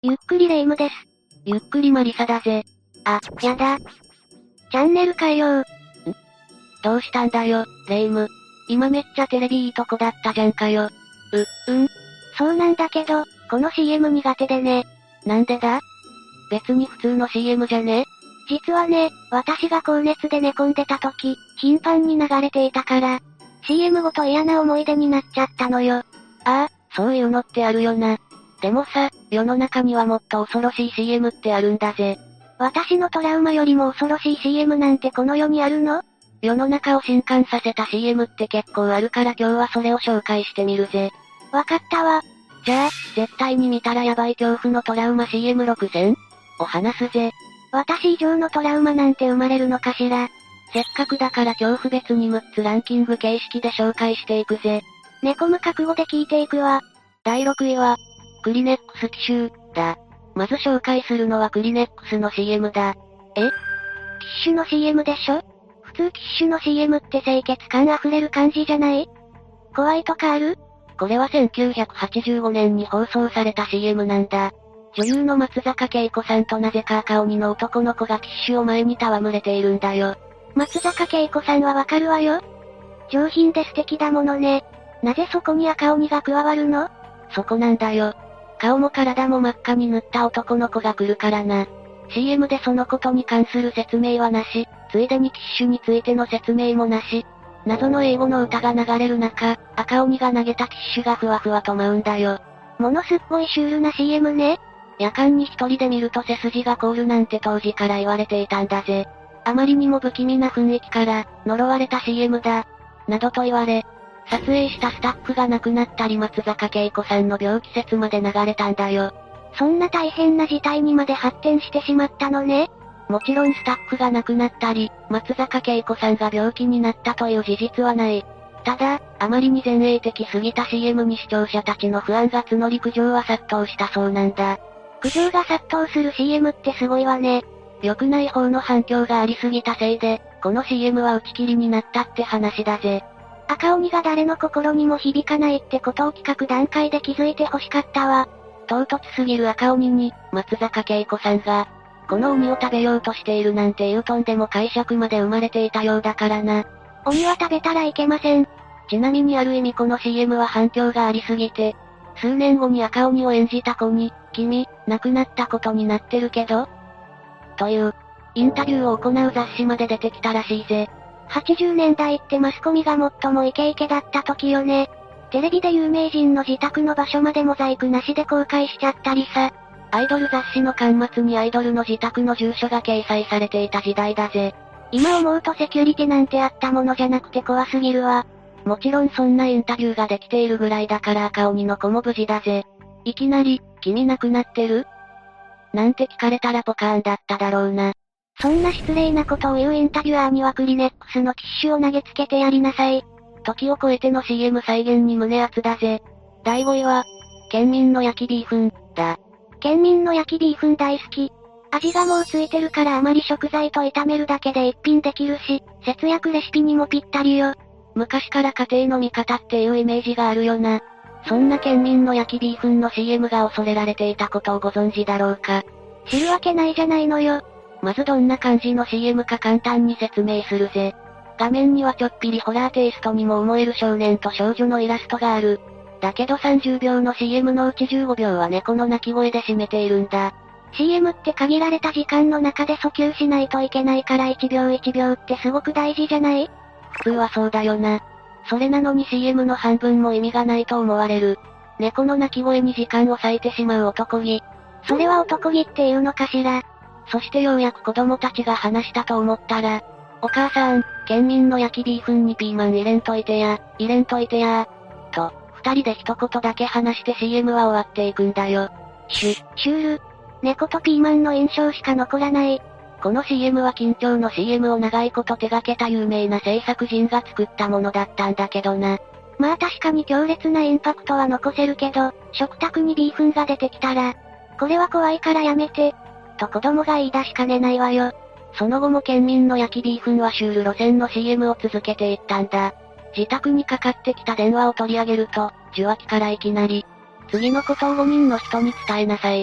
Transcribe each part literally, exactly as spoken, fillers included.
ゆっくりレ夢ムです。 ゆっくりマリサだぜ。 あ、やだ。チャンネル変えよう。ん？ どうしたんだよ、レ夢ム。今めっちゃテレビいいとこだったじゃんかよ。 う、うんそうなんだけど、この シーエム 苦手でね。 なんでだ？別に普通の シーエム じゃね？ 実はね、私が高熱で寝込んでた時、頻繁に流れていたから、シーエム ごと嫌な思い出になっちゃったのよ。ああ、そういうのってあるよな。でもさ、世の中にはもっと恐ろしい シーエム ってあるんだぜ。 私のトラウマよりも恐ろしい シーエム なんてこの世にあるの？ 世の中を震撼させた シーエム って結構あるから今日はそれを紹介してみるぜ。 わかったわ。 じゃあ、絶対に見たらヤバい恐怖のトラウマ シーエムろくせん を話すぜ。 私以上のトラウマなんて生まれるのかしら。 せっかくだから恐怖別にむっつランキング形式で紹介していくぜ。 寝込む覚悟で聞いていくわ。 だいろくいは、クリネックス奇襲、だ。まず紹介するのはクリネックスの シーエム だ。 え？キッシュの シーエム でしょ？普通キッシュの シーエム って清潔感あふれる感じじゃない？怖いとかある？ これはせんきゅうひゃくはちじゅうごねんに放送された シーエム なんだ。女優の松坂慶子さんとなぜか赤鬼の男の子がキッシュを前に戯れているんだよ。 松坂慶子さんはわかるわよ。上品で素敵だものね。なぜそこに赤鬼が加わるの？ そこなんだよ。顔も体も真っ赤に塗った男の子が来るからな。シーエム でそのことに関する説明はなし、ついでにキッシュについての説明もなし。謎の英語の歌が流れる中、赤鬼が投げたキッシュがふわふわと舞うんだよ。 ものすっごいシュールな シーエム ね。 夜間に一人で見ると背筋が凍るなんて当時から言われていたんだぜ。あまりにも不気味な雰囲気から、呪われた シーエム だ、などと言われ、撮影したスタッフが亡くなったり松坂慶子さんの病気説まで流れたんだよ。 そんな大変な事態にまで発展してしまったのね。 もちろんスタッフが亡くなったり、松坂慶子さんが病気になったという事実はない。ただ、あまりに前衛的すぎた シーエム に視聴者たちの不安が募り苦情は殺到したそうなんだ。 苦情が殺到する シーエム ってすごいわね。 良くない方の反響がありすぎたせいで、この シーエム は打ち切りになったって話だぜ。 赤鬼が誰の心にも響かないってことを企画段階で気づいて欲しかったわ。 唐突すぎる赤鬼に、松坂慶子さんが、この鬼を食べようとしているなんていうとんでも解釈まで生まれていたようだからな。 鬼は食べたらいけません。 ちなみにある意味この シーエム は反響がありすぎて、数年後に赤鬼を演じた子に、君、亡くなったことになってるけどという、インタビューを行う雑誌まで出てきたらしいぜ。 はちじゅうねんだいってマスコミが最もイケイケだった時よね。テレビで有名人の自宅の場所までモザイクなしで公開しちゃったりさ。 アイドル雑誌の巻末にアイドルの自宅の住所が掲載されていた時代だぜ。 今思うとセキュリティなんてあったものじゃなくて怖すぎるわ。 もちろんそんなインタビューができているぐらいだから赤鬼の子も無事だぜ。いきなり、君亡くなってる？なんて聞かれたらポカーンだっただろうな。 そんな失礼なことを言うインタビュアーにはクリネックスのキッシュを投げつけてやりなさい。 時を超えての シーエム 再現に胸熱だぜ。だいごいは、県民の焼きビーフン、だ。 県民の焼きビーフン大好き。味がもうついてるからあまり食材と炒めるだけで一品できるし、節約レシピにもぴったりよ。 昔から家庭の味方っていうイメージがあるよな。そんな県民の焼きビーフンの シーエム が恐れられていたことをご存知だろうか。 知るわけないじゃないのよ。 まずどんな感じの シーエム か簡単に説明するぜ。画面にはちょっぴりホラーテイストにも思える少年と少女のイラストがある。だけどさんじゅうびょうの シーエム のうちじゅうごびょうは猫の鳴き声で占めているんだ。 シーエム って限られた時間の中で訴求しないといけないからいちびょういちびょうってすごく大事じゃない？ 普通はそうだよな。それなのに シーエム の半分も意味がないと思われる。猫の鳴き声に時間を割いてしまう男気。 それは男気っていうのかしら。 そしてようやく子供たちが話したと思ったら、お母さん、県民の焼きビーフンにピーマン入れんといてや、入れんといてや、と、二人で一言だけ話して シーエム は終わっていくんだよ。 シュ、シュール。猫とピーマンの印象しか残らない。 この シーエム は緊張の シーエム を長いこと手掛けた有名な制作人が作ったものだったんだけどな。 まあ確かに強烈なインパクトは残せるけど、食卓にビーフンが出てきたら、これは怖いからやめて、と子供が言い出しかねないわよ。 その後も県民の焼きビーフンはシュール路線の シーエム を続けていったんだ。自宅にかかってきた電話を取り上げると、受話器からいきなり、次のことをごにんの人に伝えなさい。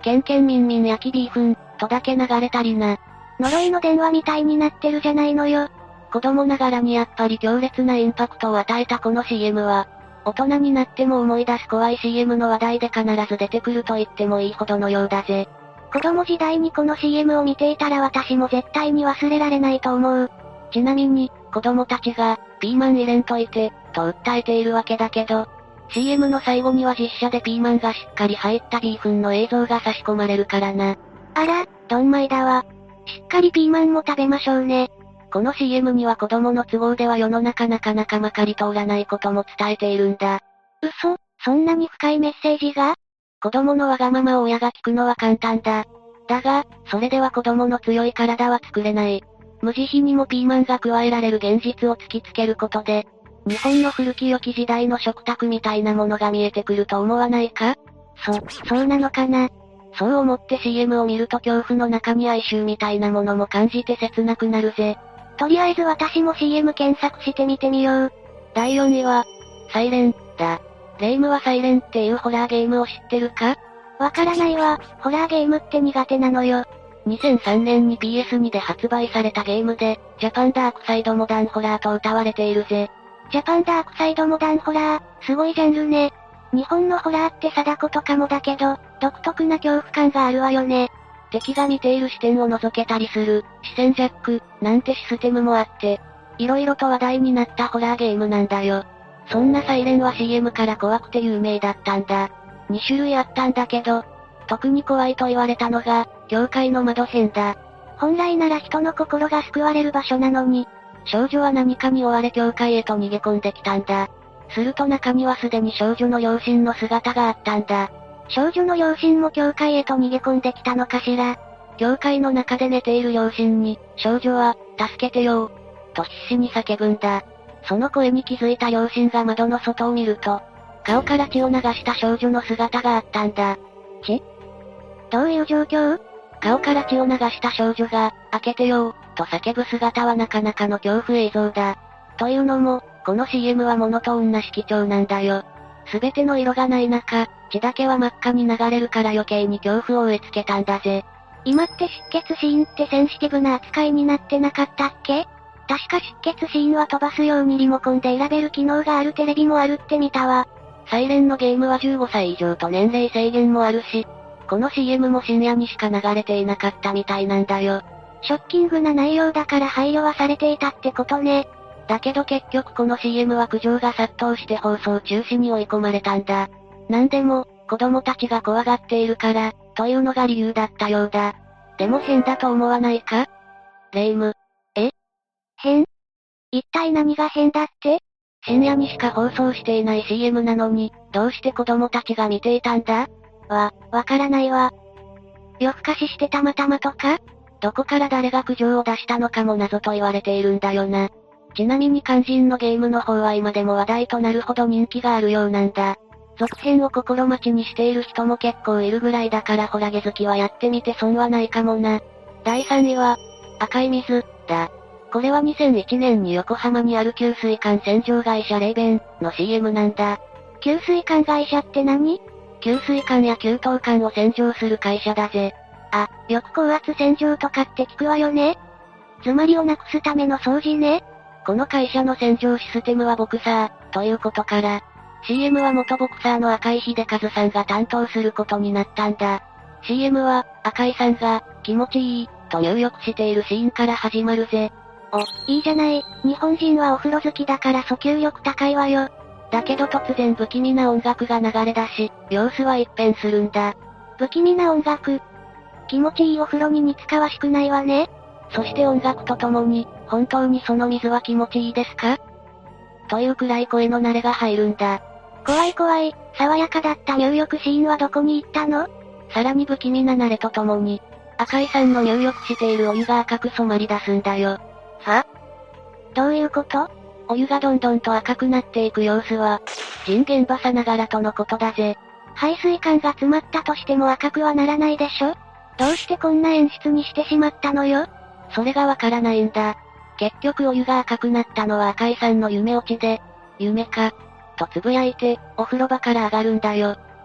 ケンケンミンミン焼きビーフン、とだけ流れたりな。 呪いの電話みたいになってるじゃないのよ。 子供ながらにやっぱり強烈なインパクトを与えたこの シーエム は、大人になっても思い出す怖い シーエム の話題で必ず出てくると言ってもいいほどのようだぜ。 子供時代にこの シーエム を見ていたら私も絶対に忘れられないと思う。 ちなみに、子供たちが、ピーマン入れんといて、と訴えているわけだけど、シーエム の最後には実写でピーマンがしっかり入ったビーフンの映像が差し込まれるからな。 あら、ドンマイだわ。しっかりピーマンも食べましょうね。 この シーエム には子供の都合では世の中なかなかまかり通らないことも伝えているんだ。 嘘、そんなに深いメッセージが？ 子供のわがままを親が聞くのは簡単だ。だが、それでは子供の強い体は作れない。無慈悲にもピーマンが加えられる現実を突きつけることで、日本の古き良き時代の食卓みたいなものが見えてくると思わないか？ そ、そうなのかな。 そう思って シーエム を見ると恐怖の中に哀愁みたいなものも感じて切なくなるぜ。 とりあえず私も シーエム 検索してみてみよう。 だいよんいは、サイレン、だ。レイムはサイレンっていうホラーゲームを知ってるか？ わからないわ、ホラーゲームって苦手なのよ。 にせんさんねんに ピーエスツー で発売されたゲームで、ジャパンダークサイドモダンホラーと謳われているぜ。 ジャパンダークサイドモダンホラー、すごいジャンルね。日本のホラーって貞子とかもだけど、独特な恐怖感があるわよね。 敵が見ている視点を覗けたりする、視線ジャック、なんてシステムもあって、色々と話題になったホラーゲームなんだよ。そんなサイレンは シーエム から怖くて有名だったんだ。に種類あったんだけど、特に怖いと言われたのが、教会の窓編だ。 本来なら人の心が救われる場所なのに、 少女は何かに追われ教会へと逃げ込んできたんだ。すると中にはすでに少女の両親の姿があったんだ。 少女の両親も教会へと逃げ込んできたのかしら。 教会の中で寝ている両親に、少女は、助けてよー、と必死に叫ぶんだ。その声に気づいた両親が窓の外を見ると、顔から血を流した少女の姿があったんだ。 血？どういう状況？ 顔から血を流した少女が、開けてよー、と叫ぶ姿はなかなかの恐怖映像だ。というのも、この シーエム はモノトーンな色調なんだよ。すべての色がない中、血だけは真っ赤に流れるから余計に恐怖を植え付けたんだぜ。 今って出血シーンってセンシティブな扱いになってなかったっけ？確か出血シーンは飛ばすようにリモコンで選べる機能があるテレビもあるって見たわ。 サイレンのゲームはじゅうごさい以上と年齢制限もあるし、この シーエム も深夜にしか流れていなかったみたいなんだよ。 ショッキングな内容だから配慮はされていたってことね。 だけど結局この シーエム は苦情が殺到して放送中止に追い込まれたんだ。なんでも、子供たちが怖がっているから、というのが理由だったようだ。でも変だと思わないか？レイム。 え？変？一体何が変だって？ 深夜にしか放送していない シーエム なのに、どうして子供たちが見ていたんだ？ わ、わからないわ。夜更かししてたまたまとか？ どこから誰が苦情を出したのかも謎と言われているんだよな。ちなみに肝心のゲームの方は今でも話題となるほど人気があるようなんだ。続編を心待ちにしている人も結構いるぐらいだからホラゲ好きはやってみて損はないかもな。だいさんいは、赤い水、だ。これはにせんいちねんに横浜にある給水管洗浄会社レイベンの シーエム なんだ。 給水管会社って何？ 給水管や給湯管を洗浄する会社だぜ。 あ、よく高圧洗浄とかって聞くわよね。詰まりをなくすための掃除ね。 この会社の洗浄システムはボクサー、ということから、シーエム は元ボクサーの赤井秀和さんが担当することになったんだ。シーエム は、赤井さんが、気持ちいい、と入浴しているシーンから始まるぜ。 お、いいじゃない。日本人はお風呂好きだから訴求力高いわよ。 だけど突然不気味な音楽が流れ出し、様子は一変するんだ。 不気味な音楽。気持ちいいお風呂に似つかわしくないわね。 そして音楽とともに、本当にその水は気持ちいいですか？というくらい声の慣れが入るんだ。 怖い怖い、爽やかだった入浴シーンはどこに行ったの？ さらに不気味な慣れとともに、赤井さんの入浴しているお湯が赤く染まり出すんだよ。 は？どういうこと？ お湯がどんどんと赤くなっていく様子は、人間場さながらとのことだぜ。 排水管が詰まったとしても赤くはならないでしょ？どうしてこんな演出にしてしまったのよ？ それがわからないんだ。結局お湯が赤くなったのは赤井さんの夢落ちで、夢か、とつぶやいて、お風呂場から上がるんだよ。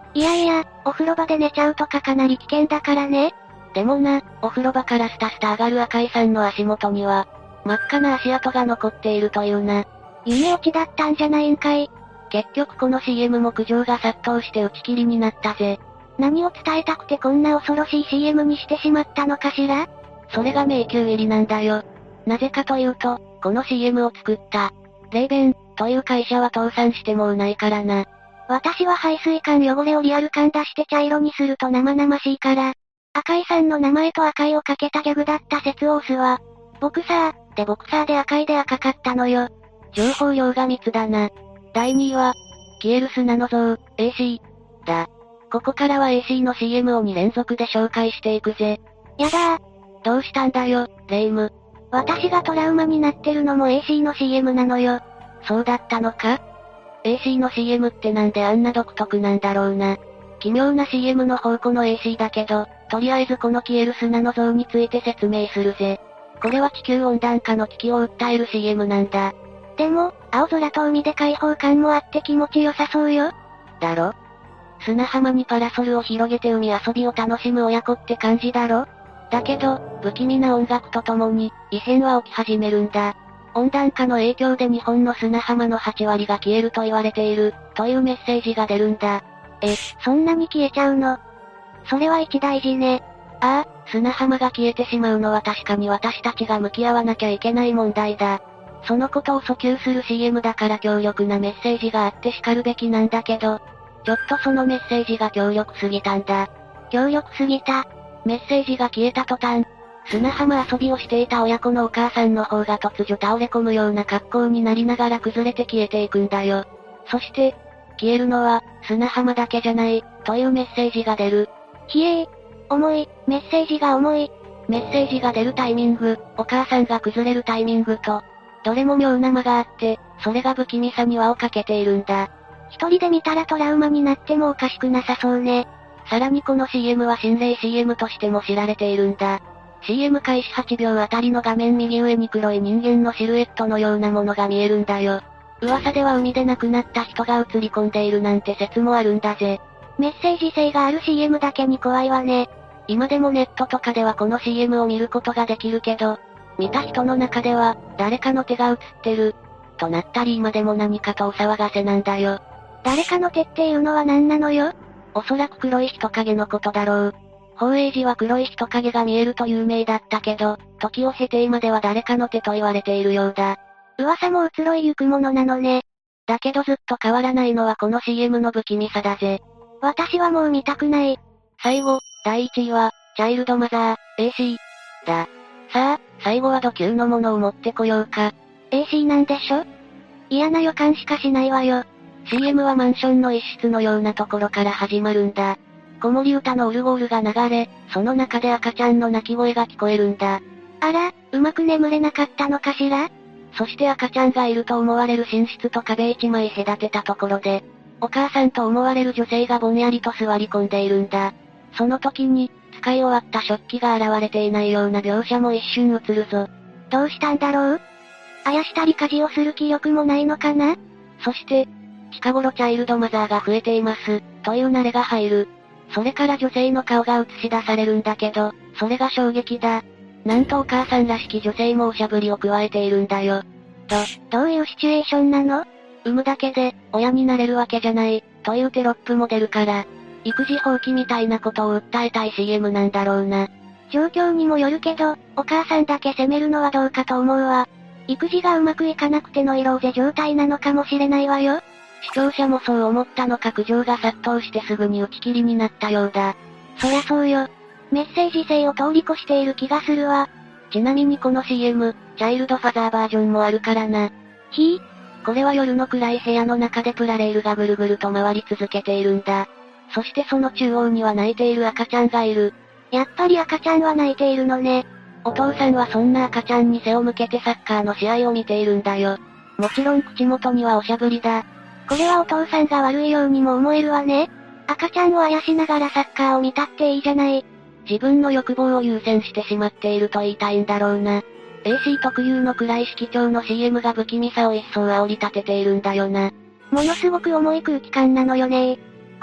いやいや、お風呂場で寝ちゃうとかかなり危険だからね。 でもな、お風呂場からスタスタ上がる赤井さんの足元には、真っ赤な足跡が残っているというな。 夢落ちだったんじゃないんかい。 結局この シーエム も苦情が殺到して打ち切りになったぜ。 何を伝えたくてこんな恐ろしい シーエム にしてしまったのかしら？ それが迷宮入りなんだよ。なぜかというと、この シーエム を作った、レイベン、という会社は倒産してもうないからな。 私は排水管汚れをリアル感出して茶色にすると生々しいから、赤井さんの名前と赤いをかけたギャグだった説を押すわ。ボクサー、でボクサーで赤いで赤かったのよ。 情報量が密だな。だいにいは、消える砂の像、エーシー、だ。ここからは エーシー の シーエム をに連続で紹介していくぜ。 やだー。 どうしたんだよ、レイム。 私がトラウマになってるのも エーシー の シーエム なのよ。 そうだったのか？ エーシー の シーエム ってなんであんな独特なんだろうな。奇妙な シーエム の宝庫の エーシー だけど、とりあえずこの消える砂の像について説明するぜ。これは地球温暖化の危機を訴える シーエム なんだ。 でも、青空と海で開放感もあって気持ちよさそうよ。 だろ？砂浜にパラソルを広げて海遊びを楽しむ親子って感じだろ？だけど、不気味な音楽とともに、異変は起き始めるんだ。温暖化の影響で日本の砂浜のはち割が消えると言われている、というメッセージが出るんだ。 え、そんなに消えちゃうの？それは一大事ね。 ああ、砂浜が消えてしまうのは確かに私たちが向き合わなきゃいけない問題だ。そのことを訴求する シーエム だから強力なメッセージがあって叱るべきなんだけど、ちょっとそのメッセージが強力すぎたんだ。 強力すぎた。 メッセージが消えた途端、砂浜遊びをしていた親子のお母さんの方が突如倒れ込むような格好になりながら崩れて消えていくんだよ。そして、消えるのは、砂浜だけじゃない、というメッセージが出る。 ひえー、重い、メッセージが重い。 メッセージが出るタイミング、お母さんが崩れるタイミングと、どれも妙な間があって、それが不気味さに輪をかけているんだ。 一人で見たらトラウマになってもおかしくなさそうね。 さらにこの シーエム は心霊 シーエム としても知られているんだ。シーエム 開始はちびょうあたりの画面右上に黒い人間のシルエットのようなものが見えるんだよ。噂では海で亡くなった人が映り込んでいるなんて説もあるんだぜ。 メッセージ性がある シーエム だけに怖いわね。 今でもネットとかではこの シーエム を見ることができるけど、見た人の中では、誰かの手が映ってる、となったり今でも何かとお騒がせなんだよ。 誰かの手っていうのは何なのよ？ おそらく黒い人影のことだろう。宝永寺は黒い人影が見えると有名だったけど、時を経て今では誰かの手と言われているようだ。 噂も移ろいゆくものなのね。 だけどずっと変わらないのはこの シーエム の不気味さだぜ。 私はもう見たくない。 最後、だいいちいは、チャイルドマザー、エーシー、だ。さあ、最後はド級のものを持ってこようか。 エーシー なんでしょ？嫌な予感しかしないわよ。 シーエム はマンションの一室のようなところから始まるんだ。子守歌のオルゴールが流れ、その中で赤ちゃんの泣き声が聞こえるんだ。 あら、うまく眠れなかったのかしら？ そして赤ちゃんがいると思われる寝室と壁一枚隔てたところで、お母さんと思われる女性がぼんやりと座り込んでいるんだ。その時に、使い終わった食器が現れていないような描写も一瞬映るぞ。 どうしたんだろう？あやしたり家事をする気力もないのかな？ そして、近頃チャイルドマザーが増えています、という慣れが入る。それから女性の顔が映し出されるんだけど、それが衝撃だ。なんとお母さんらしき女性もおしゃぶりを加えているんだよ。 ど、どういうシチュエーションなの？ 産むだけで、親になれるわけじゃない、というテロップも出るから、育児放棄みたいなことを訴えたい シーエム なんだろうな。 状況にもよるけど、お母さんだけ責めるのはどうかと思うわ。育児がうまくいかなくてノイローゼ状態なのかもしれないわよ。 視聴者もそう思ったのか苦情が殺到してすぐに打ち切りになったようだ。 そりゃそうよ。メッセージ性を通り越している気がするわ。 ちなみにこの シーエム、チャイルドファザーバージョンもあるからな。 ひぃ？これは夜の暗い部屋の中でプラレールがぐるぐると回り続けているんだ。そしてその中央には泣いている赤ちゃんがいる。 やっぱり赤ちゃんは泣いているのね。 お父さんはそんな赤ちゃんに背を向けてサッカーの試合を見ているんだよ。もちろん口元にはおしゃぶりだ。 これはお父さんが悪いようにも思えるわね。赤ちゃんをあやしながらサッカーを見たっていいじゃない。 自分の欲望を優先してしまっていると言いたいんだろうな。エーシー 特有の暗い色調の シーエム が不気味さを一層煽り立てているんだよな。 ものすごく重い空気感なのよね。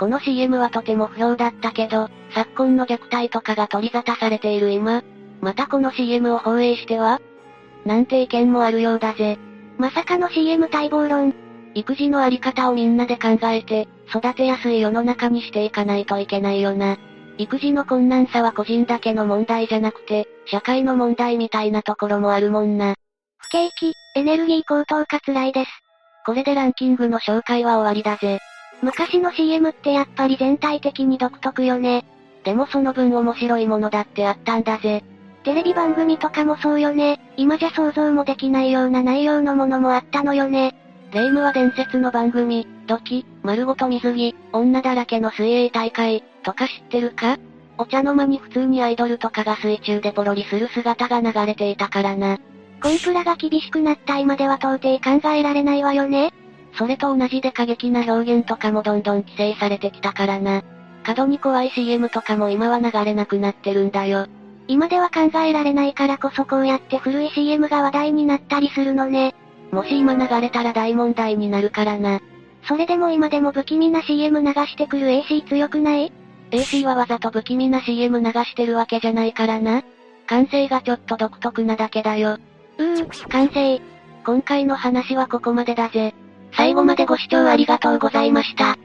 この シーエム はとても不評だったけど、昨今の虐待とかが取り沙汰されている今、またこの シーエム を放映してはなんて意見もあるようだぜ。 まさかの シーエム 待望論。 育児のあり方をみんなで考えて、育てやすい世の中にしていかないといけないよな。育児の困難さは個人だけの問題じゃなくて、社会の問題みたいなところもあるもんな。 不景気、エネルギー高騰か辛いです。 これでランキングの紹介は終わりだぜ。 昔の シーエム ってやっぱり全体的に独特よね。 でもその分面白いものだってあったんだぜ。 テレビ番組とかもそうよね。今じゃ想像もできないような内容のものもあったのよね。 霊夢は伝説の番組、ドキ、丸ごと水着、女だらけの水泳大会、とか知ってるか？お茶の間に普通にアイドルとかが水中でポロリする姿が流れていたからな。 コンプラが厳しくなった今では到底考えられないわよね。 それと同じで過激な表現とかもどんどん規制されてきたからな。過度に怖い シーエム とかも今は流れなくなってるんだよ。 今では考えられないからこそこうやって古い シーエム が話題になったりするのね。 もし今流れたら大問題になるからな。 それでも今でも不気味な シーエム 流してくる エーシー 強くない？ エーシー はわざと不気味な シーエム 流してるわけじゃないからな。感性がちょっと独特なだけだよ。 うー、感性。 今回の話はここまでだぜ。最後までご視聴ありがとうございました。